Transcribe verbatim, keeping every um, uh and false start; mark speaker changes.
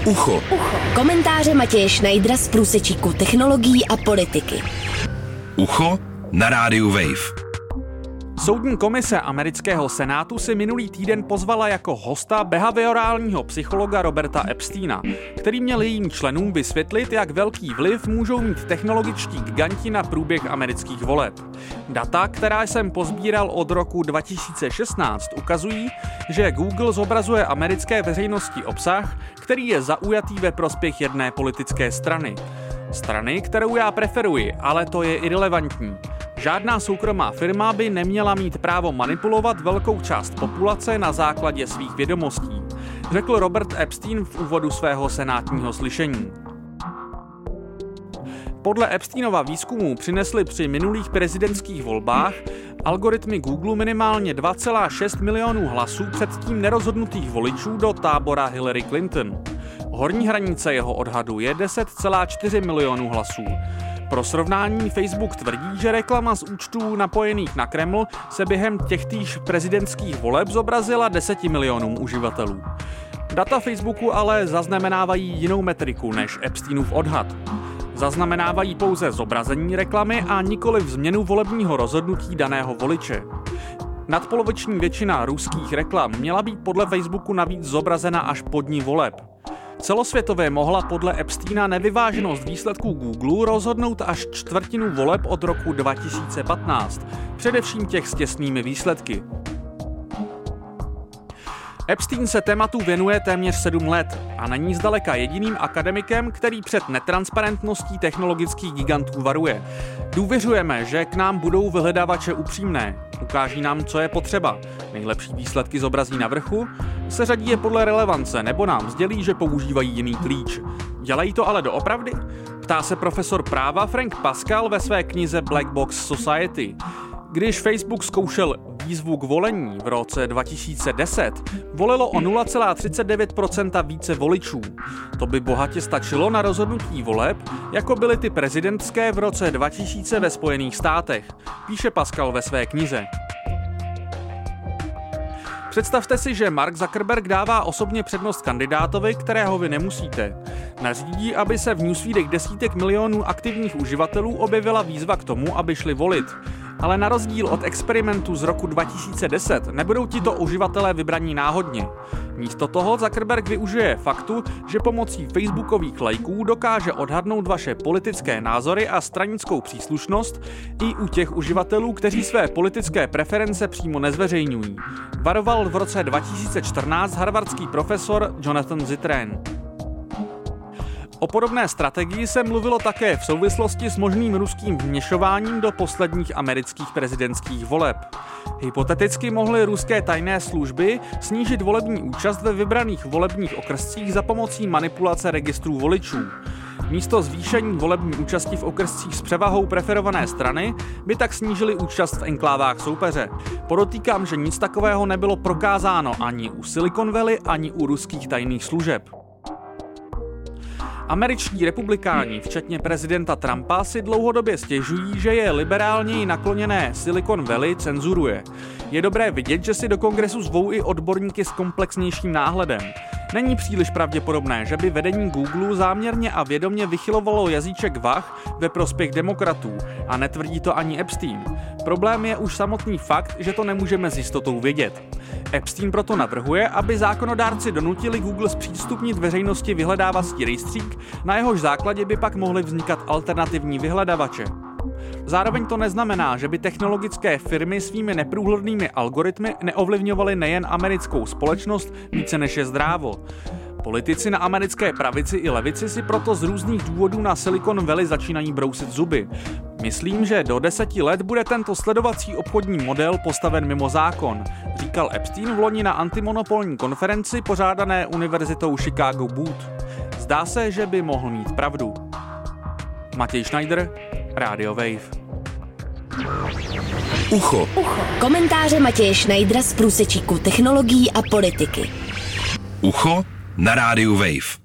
Speaker 1: Ucho.
Speaker 2: Ucho. Komentáře Matěje Schneidera z průsečíku technologií a politiky.
Speaker 1: Ucho na rádiu Wave.
Speaker 3: Soudní komise amerického senátu si minulý týden pozvala jako hosta behaviorálního psychologa Roberta Epsteina, který měl jejím členům vysvětlit, jak velký vliv můžou mít technologičtí giganti na průběh amerických voleb. Data, která jsem pozbíral od roku dva tisíce šestnáct, ukazují, že Google zobrazuje americké veřejnosti obsah, který je zaujatý ve prospěch jedné politické strany. Strany, kterou já preferuji, ale to je irelevantní. Žádná soukromá firma by neměla mít právo manipulovat velkou část populace na základě svých vědomostí, řekl Robert Epstein v úvodu svého senátního slyšení. Podle Epsteinova výzkumu přinesly při minulých prezidentských volbách algoritmy Google minimálně dva celá šest milionů hlasů předtím nerozhodnutých voličů do tábora Hillary Clinton. Horní hranice jeho odhadu je deset celá čtyři milionů hlasů. Pro srovnání Facebook tvrdí, že reklama z účtů napojených na Kreml se během těchtýž prezidentských voleb zobrazila deseti milionům uživatelů. Data Facebooku ale zaznamenávají jinou metriku než Epsteinův odhad. Zaznamenávají pouze zobrazení reklamy a nikoliv změnu volebního rozhodnutí daného voliče. Nadpoloviční většina ruských reklam měla být podle Facebooku navíc zobrazena až po dni voleb. Celosvětově mohla podle Epsteina nevyváženost výsledků Google rozhodnout až čtvrtinu voleb od roku dva tisíce patnáct, především těch s těsnými výsledky. Epstein se tématu věnuje téměř sedm let a není zdaleka jediným akademikem, který před netransparentností technologických gigantů varuje. Důvěřujeme, že k nám budou vyhledávače upřímné, ukáží nám, co je potřeba. Nejlepší výsledky zobrazí na vrchu, seřadí je podle relevance nebo nám sdělí, že používají jiný klíč. Dělají to ale doopravdy? Ptá se profesor práva Frank Pascal ve své knize Black Box Society. Když Facebook zkoušel výzvu k volení v roce dva tisíce deset, volilo o nula celá třicet devět procenta více voličů. To by bohatě stačilo na rozhodnutí voleb, jako byly ty prezidentské v roce dva tisíce ve Spojených státech, píše Pascal ve své knize. Představte si, že Mark Zuckerberg dává osobně přednost kandidátovi, kterého vy nemusíte. Nařídí, aby se v newsfeedech desítek milionů aktivních uživatelů objevila výzva k tomu, aby šli volit. Ale na rozdíl od experimentu z roku dva tisíce deset nebudou tito uživatelé vybraní náhodně. Místo toho Zuckerberg využije faktu, že pomocí facebookových lajků dokáže odhadnout vaše politické názory a stranickou příslušnost i u těch uživatelů, kteří své politické preference přímo nezveřejňují. Varoval v roce dva tisíce čtrnáct harvardský profesor Jonathan Zittrain. O podobné strategii se mluvilo také v souvislosti s možným ruským vměšováním do posledních amerických prezidentských voleb. Hypoteticky mohly ruské tajné služby snížit volební účast ve vybraných volebních okrscích za pomocí manipulace registrů voličů. Místo zvýšení volební účasti v okrscích s převahou preferované strany by tak snížili účast v enklávách soupeře. Podotýkám, že nic takového nebylo prokázáno ani u Silicon Valley, ani u ruských tajných služeb. Američtí republikáni, včetně prezidenta Trumpa, si dlouhodobě stěžují, že je liberálněji nakloněné Silicon Valley cenzuruje. Je dobré vidět, že si do kongresu zvou i odborníky s komplexnějším náhledem. Není příliš pravděpodobné, že by vedení Google záměrně a vědomě vychylovalo jazyček vah ve prospěch demokratů, a netvrdí to ani Epstein. Problém je už samotný fakt, že to nemůžeme s jistotou vědět. Epstein proto navrhuje, aby zákonodárci donutili Google zpřístupnit veřejnosti vyhledávací rejstřík, na jehož základě by pak mohly vznikat alternativní vyhledavače. Zároveň to neznamená, že by technologické firmy svými neprůhlednými algoritmy neovlivňovaly nejen americkou společnost více než je zdrávo. Politici na americké pravici i levici si proto z různých důvodů na Silicon Valley začínají brousit zuby. Myslím, že do deseti let bude tento sledovací obchodní model postaven mimo zákon, říkal Epstein v loni na antimonopolní konferenci pořádané univerzitou Chicago Booth. Zdá se, že by mohl mít pravdu. Matěj Schneider, Radio Wave.
Speaker 1: Ucho.
Speaker 2: Ucho. Komentáře Matěje Schneidera z průsečíku technologií a politiky.
Speaker 1: Ucho na rádiu Wave.